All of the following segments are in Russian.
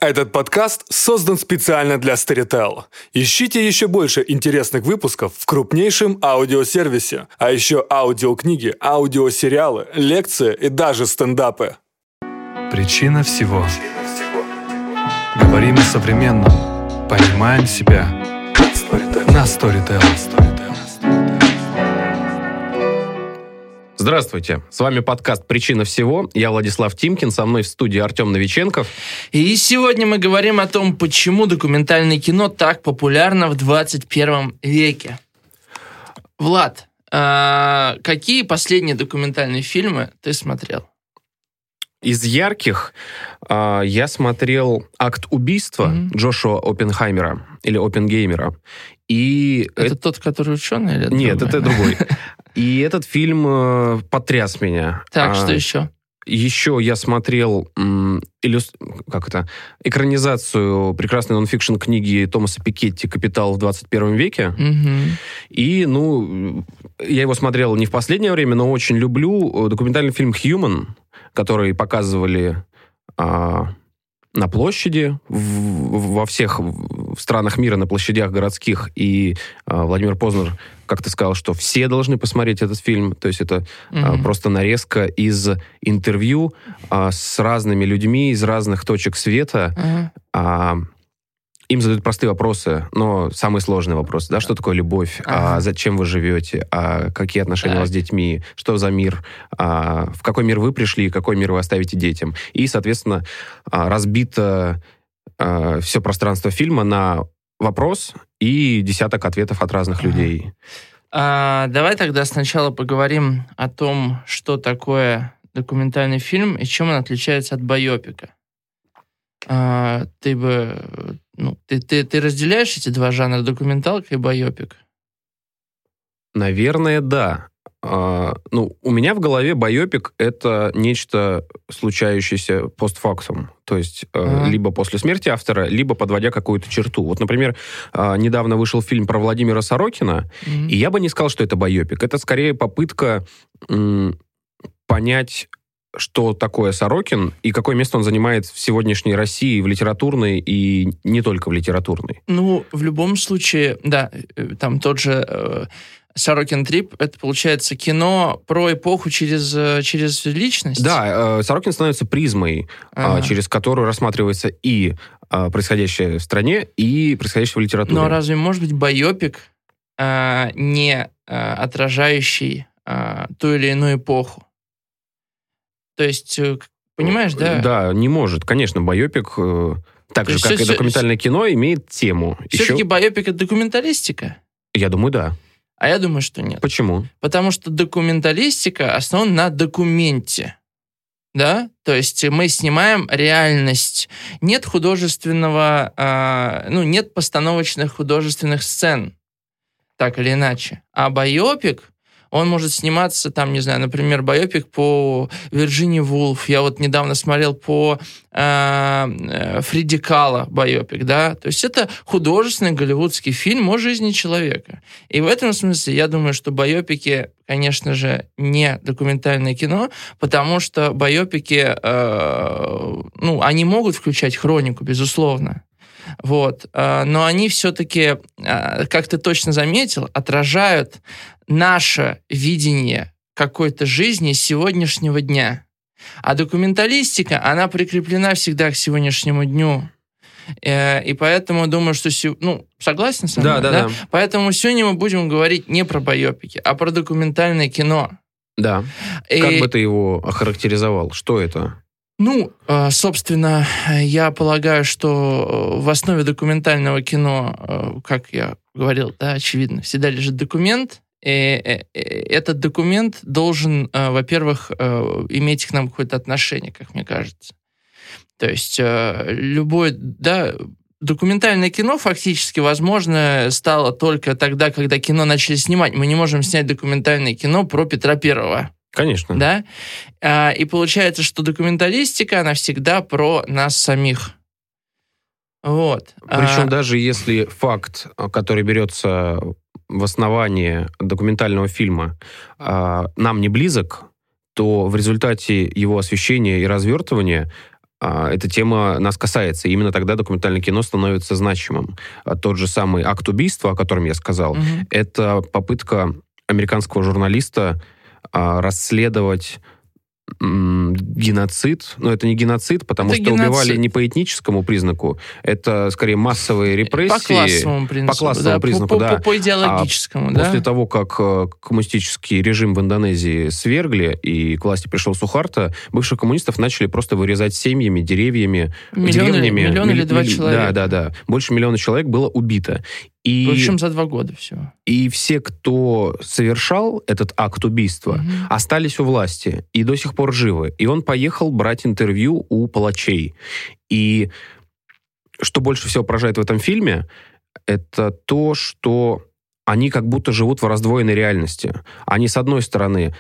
Этот подкаст создан специально для Storytel. Ищите еще больше интересных выпусков в крупнейшем аудиосервисе, а еще аудиокниги, аудиосериалы, лекции и даже стендапы. Причина всего. Говорим о современном, понимаем себя на Storytel. Здравствуйте, с вами подкаст «Причина всего». Я Владислав Тимкин, со мной в студии Артем Новиченков. И сегодня мы говорим о том, почему документальное кино так популярно в 21 веке. Влад, какие последние документальные фильмы ты смотрел? Из ярких я смотрел «Акт убийства» Джошуа Оппенгеймера или Оппенгеймера. И это тот, который ученый? Или Нет, это другой. И этот фильм потряс меня. Так, что еще? Еще я смотрел экранизацию прекрасной нонфикшн книги Томаса Пикетти «Капитал в 21 веке». Угу. И, я его смотрел не в последнее время, но очень люблю документальный фильм «Human», который показывали на площади, во всех странах мира, на площадях городских. И Владимир Познер как-то сказал, что все должны посмотреть этот фильм. То есть это просто нарезка из интервью с разными людьми из разных точек света. Им задают простые вопросы, но самые сложные вопросы. Да? Что такое любовь? Зачем вы живете? Какие отношения у вас с детьми? Что за мир? В какой мир вы пришли? Какой мир вы оставите детям? И, соответственно, разбито все пространство фильма на вопрос и десяток ответов от разных людей. Давай тогда сначала поговорим о том, что такое документальный фильм и чем он отличается от байопика. Ты разделяешь эти два жанра, документалка и байопик? Наверное, да. У меня в голове байопик — это нечто, случающееся постфактум. То есть либо после смерти автора, либо подводя какую-то черту. Вот, например, недавно вышел фильм про Владимира Сорокина, и я бы не сказал, что это байопик. Это скорее попытка понять, что такое Сорокин и какое место он занимает в сегодняшней России, в литературной и не только в литературной. В любом случае, да, там тот же Сорокин Трип, это, получается, кино про эпоху через личность? Да, Сорокин становится призмой, через которую рассматривается и происходящее в стране, и происходящее в литературе. Но разве может быть байопик, не отражающий ту или иную эпоху? То есть, понимаешь, да? Да, не может. Конечно, байопик, так же, как и документальное кино, имеет тему. Все-таки байопик — это документалистика? Я думаю, да. А я думаю, что нет. Почему? Потому что документалистика основана на документе. Да? То есть мы снимаем реальность. Нет художественного, нет постановочных художественных сцен. Так или иначе. А байопик, он может сниматься, например, байопик по Вирджинии Вулф. Я вот недавно смотрел по Фриди Кало байопик, да. То есть это художественный голливудский фильм о жизни человека. И в этом смысле я думаю, что байопики, конечно же, не документальное кино, потому что байопики, они могут включать хронику, безусловно. Вот. Но они все-таки, как ты точно заметил, отражают наше видение какой-то жизни сегодняшнего дня. А документалистика, она прикреплена всегда к сегодняшнему дню. И поэтому думаю, что... согласен со мной? Да. Поэтому сегодня мы будем говорить не про байопики, а про документальное кино. Да. Как бы ты его охарактеризовал? Что это? Собственно, я полагаю, что в основе документального кино, как я говорил, да, очевидно, всегда лежит документ. И этот документ должен, во-первых, иметь к нам какое-то отношение, как мне кажется. То есть документальное кино фактически, возможно, стало только тогда, когда кино начали снимать. Мы не можем снять документальное кино про Петра Первого. Конечно. Да? И получается, что документалистика, она всегда про нас самих. Вот. Причем даже если факт, который берется в основании документального фильма, нам не близок, то в результате его освещения и развертывания эта тема нас касается. И именно тогда документальное кино становится значимым. Тот же самый «Акт убийства», о котором я сказал, это попытка американского журналиста расследовать геноцид. Но это не геноцид, потому это что геноцид. Убивали не по этническому признаку. Это, скорее, массовые репрессии. По классовому признаку. По классовому признаку, да. По идеологическому, да. После того, как коммунистический режим в Индонезии свергли, и к власти пришел Сухарто, бывших коммунистов начали просто вырезать семьями, деревьями, деревнями. Миллион или 2 человека. Да. Больше миллиона человек было убито. Причем за 2 года всего. И все, кто совершал этот акт убийства, остались у власти и до сих пор живы. И он поехал брать интервью у палачей. И что больше всего поражает в этом фильме, это то, что они как будто живут в раздвоенной реальности. Они, с одной стороны,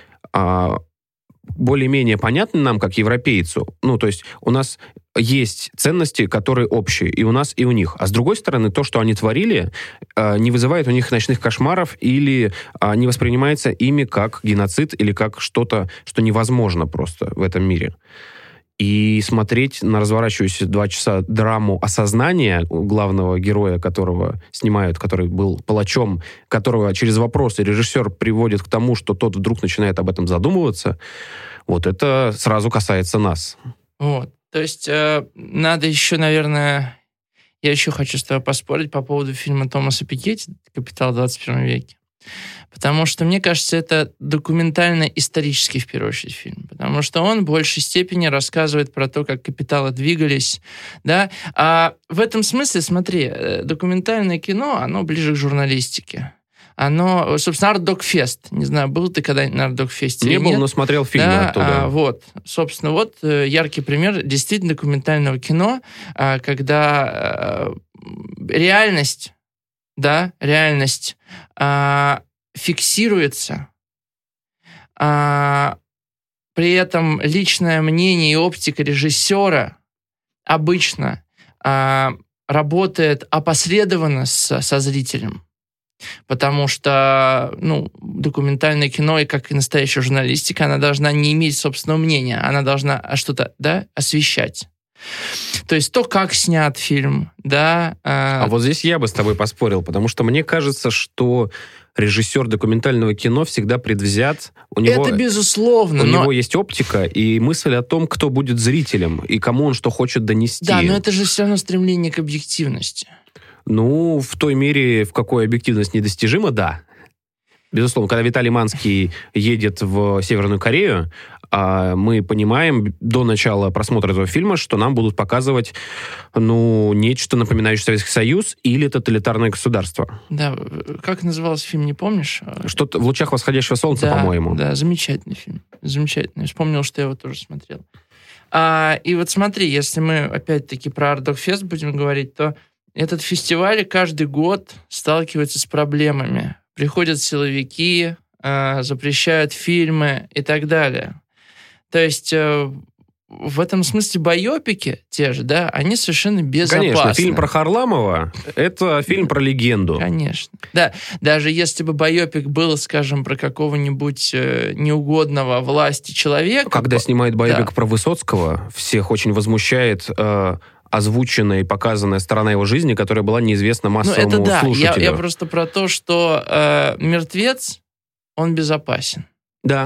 более-менее понятны нам, как европейцу. Ну, то есть у нас есть ценности, которые общие и у нас, и у них. А с другой стороны, то, что они творили, не вызывает у них ночных кошмаров или не воспринимается ими как геноцид или как что-то, что невозможно просто в этом мире. И смотреть на разворачивающуюся 2 часа драму осознания главного героя, которого снимают, который был палачом, которого через вопросы режиссер приводит к тому, что тот вдруг начинает об этом задумываться, вот это сразу касается нас. Вот. То есть надо еще, наверное... Я еще хочу с тобой поспорить по поводу фильма Томаса Piketty «Капитал в 21 веке». Потому что, мне кажется, это документально-исторический, в первую очередь, фильм. Потому что он в большей степени рассказывает про то, как капиталы двигались. Да? А в этом смысле, смотри, документальное кино, оно ближе к журналистике. Оно, собственно, Артдокфест. Не знаю, был ты когда-нибудь на Артдокфесте или нет? Не был, но смотрел фильмы оттуда. Вот, собственно, яркий пример действительно документального кино, когда реальность фиксируется, при этом личное мнение и оптика режиссера обычно работает опосредованно со зрителем. Потому что, документальное кино, и как и настоящая журналистика, она должна не иметь собственного мнения, она должна что-то, освещать. То есть то, как снят фильм, да. А вот здесь я бы с тобой поспорил, потому что мне кажется, что режиссер документального кино всегда предвзят. Это безусловно. У него есть оптика и мысль о том, кто будет зрителем и кому он что хочет донести. Да, но это же все равно стремление к объективности. В той мере, в какой объективность недостижима, да. Безусловно, когда Виталий Манский едет в Северную Корею, мы понимаем до начала просмотра этого фильма, что нам будут показывать, нечто напоминающее Советский Союз или тоталитарное государство. Да, как назывался фильм, не помнишь? Что-то «В лучах восходящего солнца», по-моему. Да, замечательный фильм. Замечательный. Вспомнил, что я его тоже смотрел. И вот смотри, если мы опять-таки про Артдокфест будем говорить, то этот фестиваль каждый год сталкивается с проблемами. Приходят силовики, запрещают фильмы и так далее. То есть в этом смысле байопики те же, да, они совершенно безопасны. Конечно, фильм про Харламова — это фильм про легенду. Конечно. Да, даже если бы байопик был, скажем, про какого-нибудь неугодного власти человека... Когда снимают байопик про Высоцкого, всех очень возмущает... озвученная и показанная сторона его жизни, которая была неизвестна массовому слушателю. Я просто про то, что мертвец, он безопасен. Да.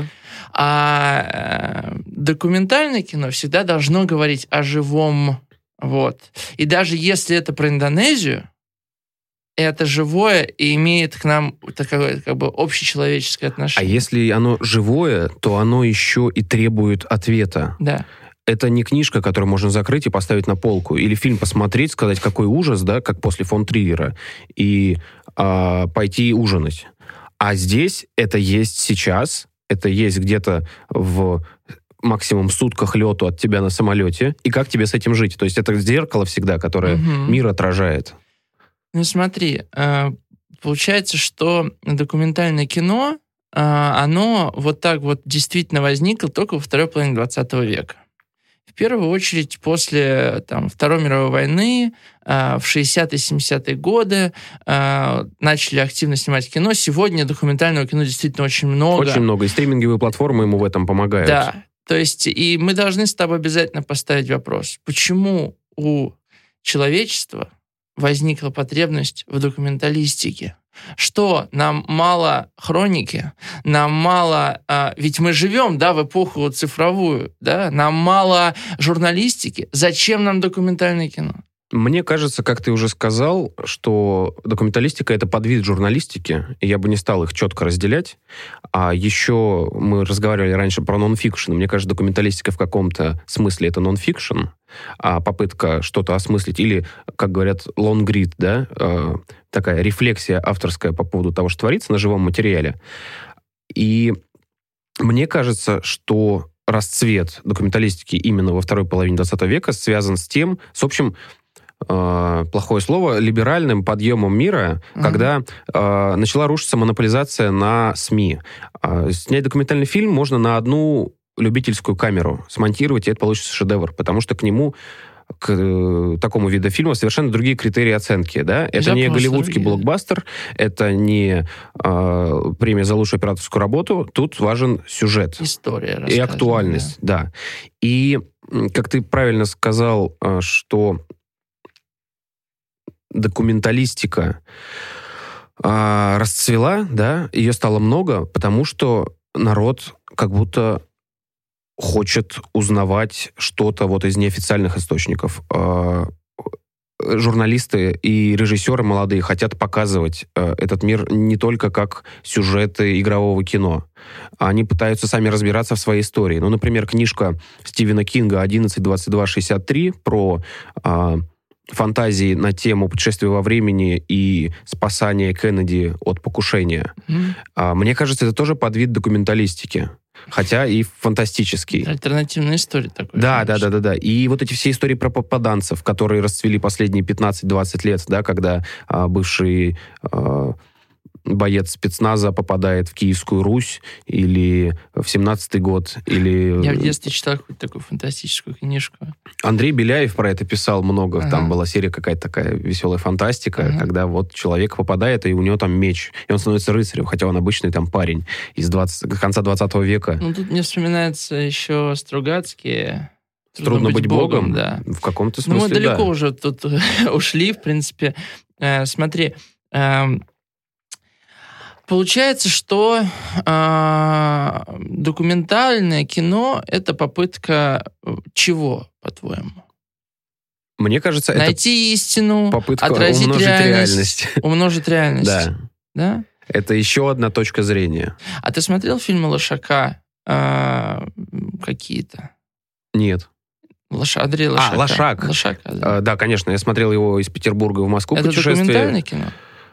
А документальное кино всегда должно говорить о живом. Вот. И даже если это про Индонезию, это живое и имеет к нам такое общечеловеческое отношение. А если оно живое, то оно еще и требует ответа. Да. Это не книжка, которую можно закрыть и поставить на полку. Или фильм посмотреть, сказать, какой ужас, да, как после фон Триера, и пойти ужинать. А здесь это есть сейчас, это есть где-то в максимум сутках лету от тебя на самолете, и как тебе с этим жить. То есть это зеркало всегда, которое мир отражает. Смотри, получается, что документальное кино, оно вот так вот действительно возникло только во второй половине 20 века. В первую очередь после Второй мировой войны, в 60-е-70-е годы начали активно снимать кино. Сегодня документального кино действительно очень много. Очень много. И стриминговые платформы ему в этом помогают. Да. То есть, и мы должны с тобой обязательно поставить вопрос, почему у человечества возникла потребность в документалистике? Что, нам мало хроники, нам мало... ведь мы живем, да, в эпоху цифровую, да, нам мало журналистики. Зачем нам документальное кино? Мне кажется, как ты уже сказал, что документалистика — это подвид журналистики, и я бы не стал их четко разделять. А еще мы разговаривали раньше про нон-фикшн. Мне кажется, документалистика в каком-то смысле — это нон-фикшн, а попытка что-то осмыслить, или, как говорят, long read, да, такая рефлексия авторская по поводу того, что творится на живом материале. И мне кажется, что расцвет документалистики именно во второй половине 20 века связан с тем, с общим, плохое слово, либеральным подъемом мира, когда начала рушиться монополизация на СМИ. Снять документальный фильм можно на одну любительскую камеру, смонтировать, и это получится шедевр, потому что к нему, к такому виду фильма, совершенно другие критерии оценки. Да? Это не голливудский блокбастер, это не премия за лучшую операторскую работу, тут важен сюжет. История. И актуальность, да. И, как ты правильно сказал, что документалистика расцвела, да, ее стало много, потому что народ как будто хочет узнавать что-то вот из неофициальных источников. Журналисты и режиссеры молодые хотят показывать этот мир не только как сюжеты игрового кино. Они пытаются сами разбираться в своей истории. Ну, например, книжка Стивена Кинга «11.22.63» про фантазии на тему путешествия во времени и спасания Кеннеди от покушения. Мне кажется, это тоже подвид документалистики. Хотя и фантастический. Альтернативная история такой. Да. И вот эти все истории про попаданцев, которые расцвели последние 15-20 лет, да, когда бывший боец спецназа попадает в Киевскую Русь, или в 17-й год, или... Я в детстве читал какую-то такую фантастическую книжку. Андрей Беляев про это писал много. Там была серия какая-то такая веселая фантастика, когда вот человек попадает, и у него там меч, и он становится рыцарем, хотя он обычный там парень из конца 20 века. Ну, тут мне вспоминается еще Стругацкие. «Трудно быть Богом», да. В каком-то смысле, мы далеко уже тут ушли, в принципе. Смотри, получается, что документальное кино — это попытка чего, по-твоему? Мне кажется, найти истину, попытка отразить умножить реальность. Умножить реальность. Да? Это еще одна точка зрения. А ты смотрел фильмы Лошака какие-то? Нет. Андрей Лошак. Лошак. Да, конечно. Я смотрел его из Петербурга в Москву. Это документальное кино?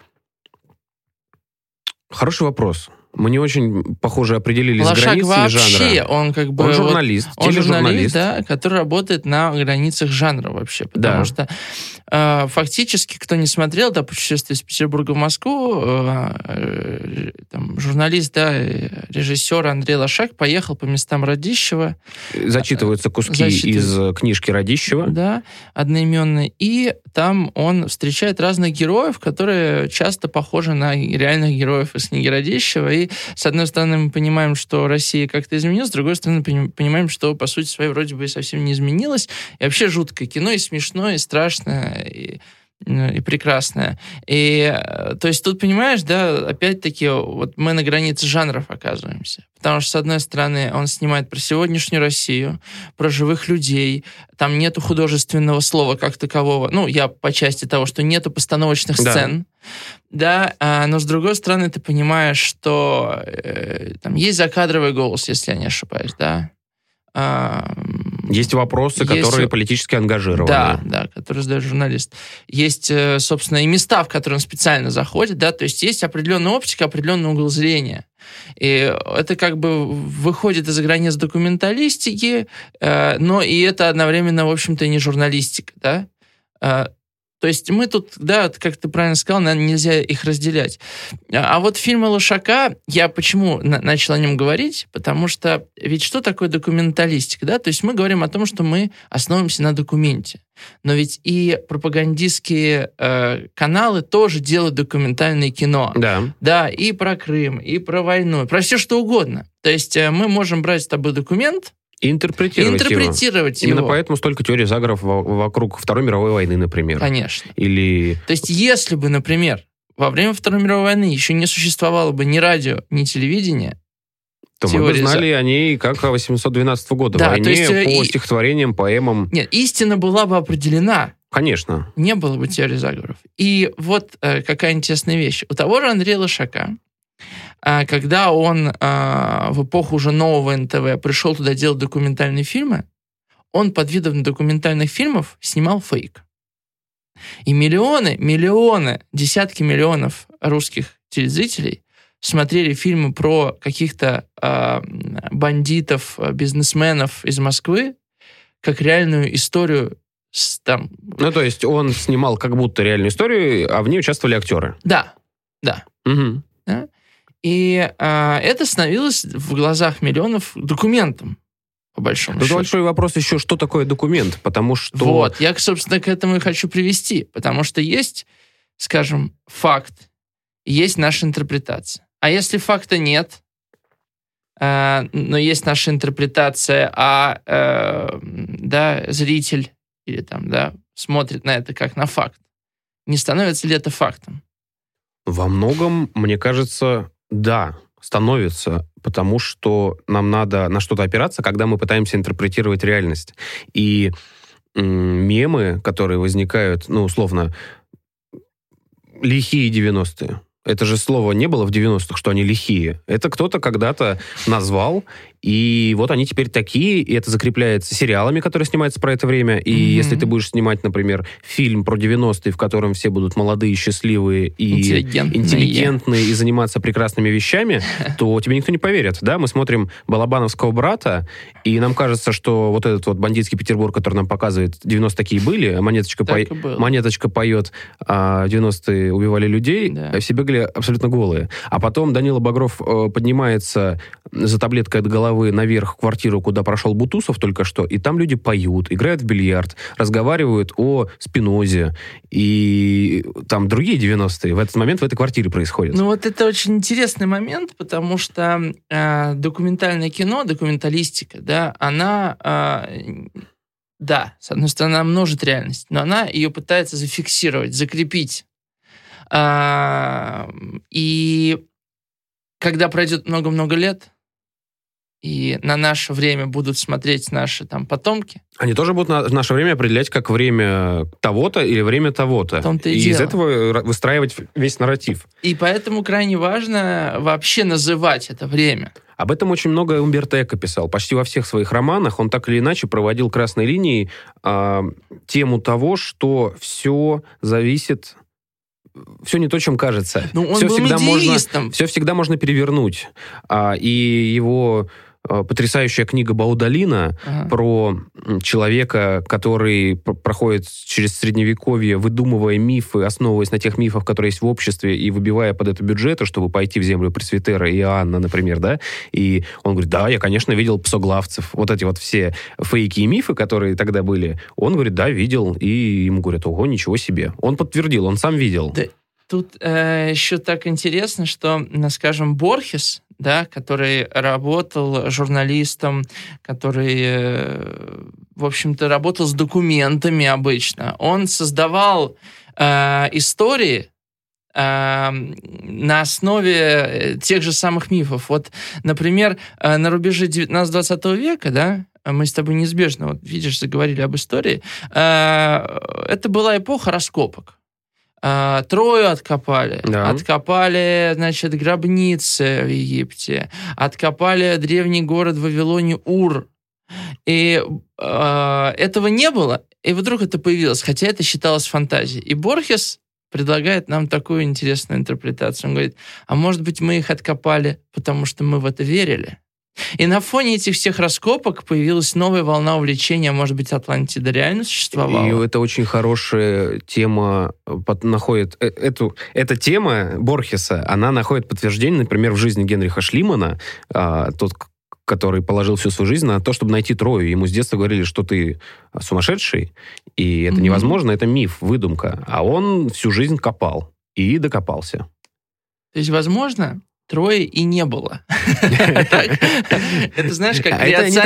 Хороший вопрос. Мы не очень, похоже, определились Лошак с границами вообще, жанра. он как бы... Он журналист, тележурналист, да, который работает на границах жанра вообще. Потому что фактически, кто не смотрел, да, «Путешествие из Петербурга в Москву», там, журналист, да, режиссер Андрей Лошак поехал по местам Радищева. Зачитываются куски из книжки Радищева. Да, одноименной. И там он встречает разных героев, которые часто похожи на реальных героев из книги Радищева. И, с одной стороны, мы понимаем, что Россия как-то изменилась, с другой стороны, понимаем, что, по сути своей, вроде бы совсем не изменилась. И вообще жуткое кино, и смешное, и страшное, и прекрасное. И, то есть тут, понимаешь, да, опять-таки, вот мы на границе жанров оказываемся. Потому что, с одной стороны, он снимает про сегодняшнюю Россию, про живых людей, там нету художественного слова как такового. Ну, я по части того, что нету постановочных сцен. Да, но с другой стороны, ты понимаешь, что там есть закадровый голос, если я не ошибаюсь, да. Есть вопросы, которые политически ангажированы. Да, которые задает журналист. Есть, собственно, и места, в которые он специально заходит, да, то есть есть определенная оптика, определенный угол зрения. И это как бы выходит из-за границ документалистики, но и это одновременно, в общем-то, не журналистика, да. То есть мы тут, да, как ты правильно сказал, нельзя их разделять. А вот фильмы Лошака, я почему начал о нем говорить? Потому что ведь что такое документалистика, да? То есть мы говорим о том, что мы основываемся на документе. Но ведь и пропагандистские каналы тоже делают документальное кино. Да. Да, и про Крым, и про войну, про все что угодно. То есть мы можем брать с тобой документ, И интерпретировать его. Именно поэтому столько теорий заговоров вокруг Второй мировой войны, например. Конечно. Или... То есть, если бы, например, во время Второй мировой войны еще не существовало бы ни радио, ни телевидения, то мы бы знали о ней как о 812 года. Да, войне, то есть, по стихотворениям, поэмам. Нет, истина была бы определена. Конечно. Не было бы теории заговоров. И вот какая интересная вещь. У того же Андрея Лошака, когда он в эпоху уже нового НТВ пришел туда делать документальные фильмы, он под видом документальных фильмов снимал фейк. И миллионы, десятки миллионов русских телезрителей смотрели фильмы про каких-то бандитов, бизнесменов из Москвы, как реальную историю. Ну, то есть он снимал как будто реальную историю, а в ней участвовали актеры. Да. Угу. Да? И это становилось в глазах миллионов документом, по большому счету. Большой вопрос еще, что такое документ, потому что... Вот, я, собственно, к этому и хочу привести, потому что есть, скажем, факт, есть наша интерпретация. А если факта нет, но есть наша интерпретация, зритель или смотрит на это как на факт, не становится ли это фактом? Во многом, мне кажется, да, становится, потому что нам надо на что-то опираться, когда мы пытаемся интерпретировать реальность. И мемы, которые возникают, условно, лихие 90-е. Это же слово не было в 90-х, что они лихие. Это кто-то когда-то назвал, и вот они теперь такие, и это закрепляется сериалами, которые снимаются про это время. И если ты будешь снимать, например, фильм про 90-е, в котором все будут молодые, счастливые и интеллигентные, и заниматься прекрасными вещами, то тебе никто не поверит. Да? Мы смотрим «Балабановского брата», и нам кажется, что вот этот вот бандитский Петербург, который нам показывает, 90 такие были, монеточка поет, а 90-е убивали людей, а все бегали абсолютно голые. А потом Данила Багров поднимается за таблеткой от головы наверх в квартиру, куда прошел Бутусов только что, и там люди поют, играют в бильярд, разговаривают о Спинозе, и там другие 90-е в этот момент в этой квартире происходят. Ну вот это очень интересный момент, потому что документальное кино, документалистика, да, она... с одной стороны, она множит реальность, но она ее пытается зафиксировать, закрепить. И когда пройдет много-много лет, и на наше время будут смотреть наши потомки. Они тоже будут наше время определять как время того-то или время того-то. И из этого выстраивать весь нарратив. И поэтому крайне важно вообще называть это время. Об этом очень много Умберто Эко писал. Почти во всех своих романах он так или иначе проводил красной линией тему того, что все зависит... Все не то, чем кажется. Он был идеалистом. Все всегда можно перевернуть. И его потрясающая книга Баудалина про человека, который проходит через Средневековье, выдумывая мифы, основываясь на тех мифах, которые есть в обществе, и выбивая под это бюджеты, чтобы пойти в землю Пресвитера и Иоанна, например, да? И он говорит, да, я, конечно, видел псоглавцев. Вот эти вот все фейки и мифы, которые тогда были, он говорит, да, видел. И ему говорят, ого, ничего себе. Он подтвердил, он сам видел. Да, тут еще так интересно, что, скажем, Борхес, да, который работал журналистом, который, в общем-то, работал с документами обычно. Он создавал истории на основе тех же самых мифов. Вот, например, на рубеже 19-20 века, да, мы с тобой неизбежно, вот видишь, заговорили об истории, это была эпоха раскопок. Трою откопали. Да. Откопали, значит, гробницы в Египте. Откопали древний город в Вавилоне Ур. И этого не было, и вдруг это появилось, хотя это считалось фантазией. И Борхес предлагает нам такую интересную интерпретацию. Он говорит, а может быть, мы их откопали, потому что мы в это верили? И на фоне этих всех раскопок появилась новая волна увлечения, может быть, Атлантида реально существовала. И это очень хорошая тема, находит эта тема Борхеса, она находит подтверждение, например, в жизни Генриха Шлимана, тот, который положил всю свою жизнь на то, чтобы найти Трою. Ему с детства говорили, что ты сумасшедший, и это невозможно, это миф, выдумка. А он всю жизнь копал и докопался. То есть, возможно, 3 и не было. Это, знаешь, как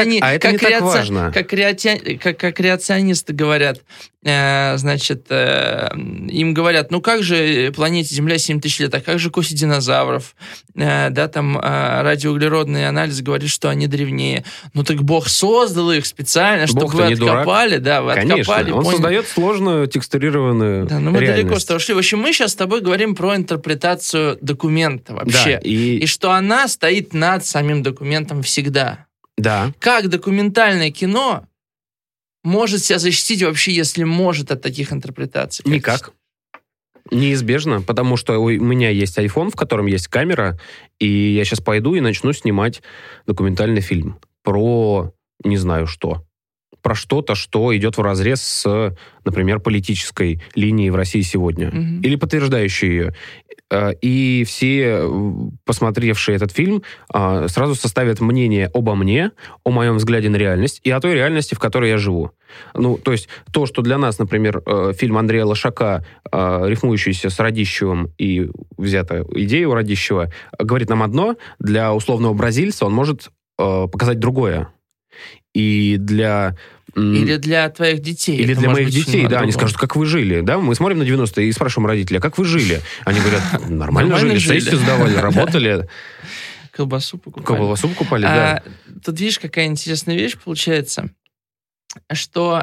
креационисты говорят. Значит, им говорят, ну как же планете Земля 7 тысяч лет, а как же кости динозавров? Да, там радиоуглеродный анализ говорит, что они древнее. Ну так Бог создал их специально, чтобы вы откопали. Да, вы откопали. Он создает сложную текстурированную да, но мы далеко с того шли. В общем, мы сейчас с тобой говорим про интерпретацию документа вообще. Да, и что она стоит над самим документом всегда. Да. Как документальное кино может себя защитить вообще, если может от таких интерпретаций? Никак. Неизбежно, потому что у меня есть iPhone, в котором есть камера, и я сейчас пойду и начну снимать документальный фильм про не знаю что. Про что-то, что идет вразрез с, например, политической линией в России сегодня. Мгм. Или подтверждающей ее. И все, посмотревшие этот фильм, сразу составят мнение обо мне, о моем взгляде на реальность и о той реальности, в которой я живу. Ну, то есть то, что для нас, например, фильм Андрея Лошака, рифмующийся с Радищевым и взята идея у Радищева, говорит нам одно, для условного бразильца он может показать другое. И для... Или для твоих детей. Или это для может моих быть детей, да, они по-другому. скажут, как вы жили, да, мы смотрим на 90-е и спрашиваем родителей, а как вы жили? Они говорят, нормально Нормально жили, сессию сдавали, работали, Колбасу покупали. колбасу покупали, да. Тут видишь, какая интересная вещь получается, что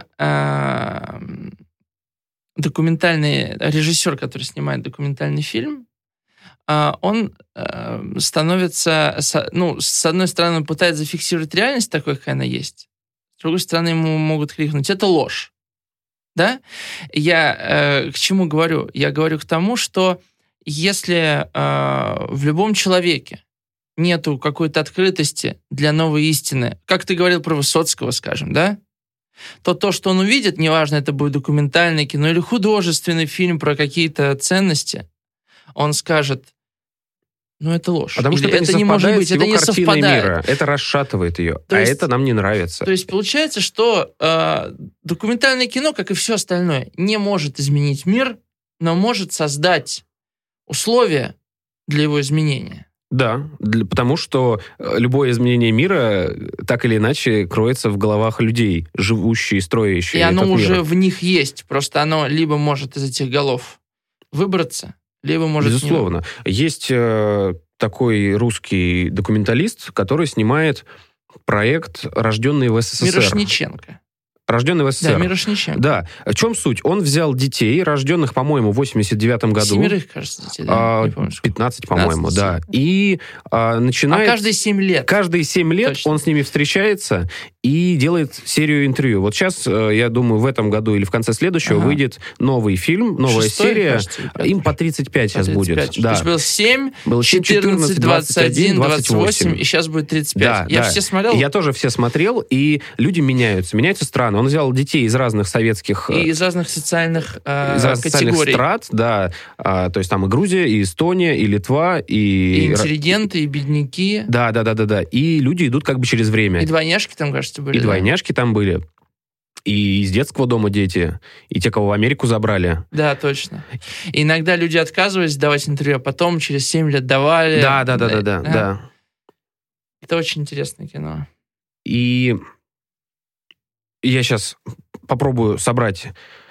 документальный режиссер, который снимает документальный фильм, он становится, ну, с одной стороны, он пытается зафиксировать реальность такой, какая она есть, с другой стороны, ему могут крикнуть, это ложь. Да? Я к чему говорю? Я говорю к тому, что если в любом человеке нету какой-то открытости для новой истины, как ты говорил про Высоцкого, скажем, да, то, что он увидит, неважно, это будет документальное кино или художественный фильм про какие-то ценности, он скажет, ну, это ложь. Потому что Или это не может совпадает быть, с его это не картиной совпадает. мира. Это расшатывает ее. То есть- это нам не нравится. То есть получается, что документальное кино, как и все остальное, не может изменить мир, но может создать условия для его изменения. Да, потому что любое изменение мира так или иначе кроется в головах людей, живущие, строящие И оно этот уже мир. в них есть. Просто оно либо может из этих голов выбраться, либо может не Безусловно. Есть такой русский документалист, который снимает проект «Рожденный в СССР». Мирошниченко. «Рожденный в Да, СССР». Мирошниченко. Да. В чем суть? Он взял детей, рожденных, по-моему, в 89 году. 7, кажется, детей, да? Не помню, сколько. 15, по-моему, 15, да. да. И начинает... каждые 7 лет. Каждые 7 лет Точно. он с ними встречается и делает серию интервью. Вот сейчас, я думаю, в этом году или в конце следующего Ага. выйдет новый фильм, новая 6-й, серия. кажется, или 5-й. Им по 35 сейчас будет. 35. То Да. есть был 7, Было 14, 21, 28, 28. и сейчас будет 35. Да, Я да. все смотрел, Я тоже все смотрел, и люди меняются. Меняются страны. Он взял детей из разных советских... и из разных социальных из разных социальных категорий. страт, да. То есть там и Грузия, и Эстония, и Литва, И интеллигенты, и бедняки, Да. И люди идут как бы через время. и двойняшки там, кажется, были. И да? двойняшки там были. И из детского дома дети. И те, кого в Америку забрали. Да, точно. И иногда люди отказывались давать интервью, а потом через 7 лет давали. Да. Это очень интересное кино. И я сейчас попробую собрать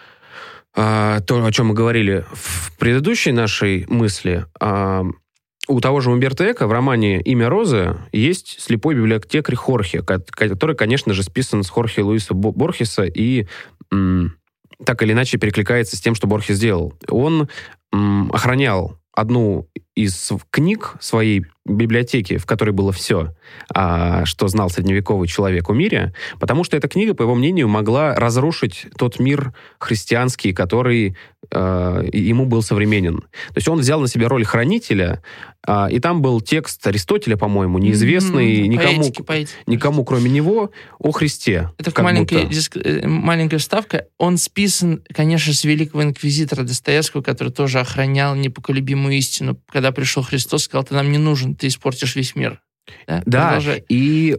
то, о чем мы говорили в предыдущей нашей мысли. У того же Умберто Эко в романе «Имя Розы» есть слепой библиотекарь Хорхе, который, конечно же, списан с Хорхе Луиса Борхеса и так или иначе перекликается с тем, что Борхес сделал. Он охранял одну из книг своей библиотеки, в которой было все, что знал средневековый человек о мире, потому что эта книга, по его мнению, могла разрушить тот мир христианский, который ему был современен. То есть он взял на себя роль хранителя, и там был текст Аристотеля, по-моему, неизвестный никому, кроме него, о Христе. Это как маленькая вставка. Он списан, конечно, с великого инквизитора Достоевского, который тоже охранял непоколебимую истину. Когда пришел Христос, сказал, ты нам не нужен, ты испортишь весь мир. Да, продолжай. И...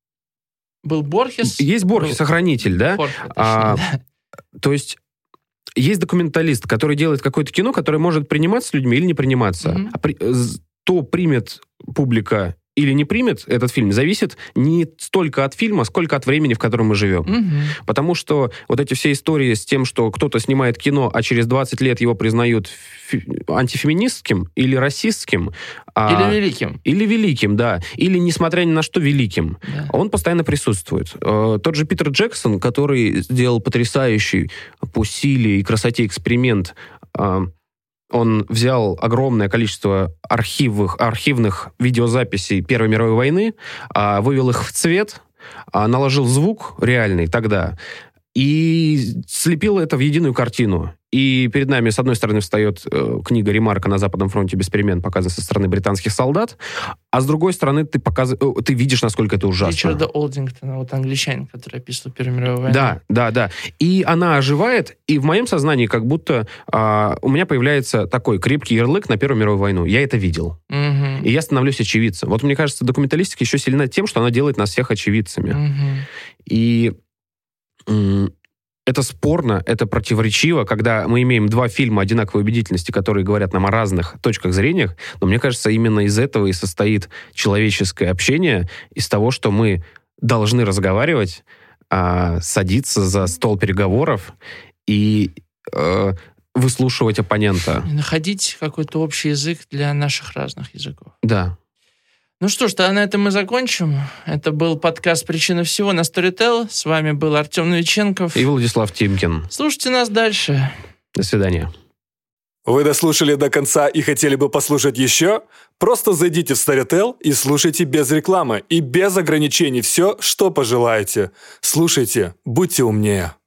Был Борхес. Есть Борхес, охранитель, да? Хорхе, точнее, да. То есть есть документалист, который делает какое-то кино, которое может приниматься людьми или не приниматься. То примет публика или не примет этот фильм, зависит не столько от фильма, сколько от времени, в котором мы живем. Потому что вот эти все истории с тем, что кто-то снимает кино, а через 20 лет его признают антифеминистским или расистским. Или великим. Или великим, да. Или, несмотря ни на что, великим. Да. Он постоянно присутствует. Тот же Питер Джексон, который сделал потрясающий по силе и красоте эксперимент, он взял огромное количество архивных видеозаписей Первой мировой войны, вывел их в цвет, наложил звук реальный тогда и слепил это в единую картину. И перед нами, с одной стороны, встает книга Ремарка «На Западном фронте без перемен», показанная со стороны британских солдат, а с другой стороны, ты видишь, насколько это ужасно. Ричарда Олдингтона, вот англичанин, который описывал Первую мировую войну. Да. И она оживает, и в моем сознании как будто у меня появляется такой крепкий ярлык на Первую мировую войну. Я это видел. И я становлюсь очевидцем. Вот мне кажется, документалистика еще сильна тем, что она делает нас всех очевидцами. И это спорно, это противоречиво, когда мы имеем два фильма одинаковой убедительности, которые говорят нам о разных точках зрения, но мне кажется, именно из этого и состоит человеческое общение, из того, что мы должны разговаривать, садиться за стол переговоров и выслушивать оппонента. И находить какой-то общий язык для наших разных языков. Да. Ну что ж, тогда на этом мы закончим. Это был подкаст «Причина всего» на Storytel. С вами был Артем Новиченков. И Владислав Тимкин. Слушайте нас дальше. До свидания. Вы дослушали до конца и хотели бы послушать еще? Просто зайдите в Storytel и слушайте без рекламы и без ограничений все, что пожелаете. Слушайте, будьте умнее.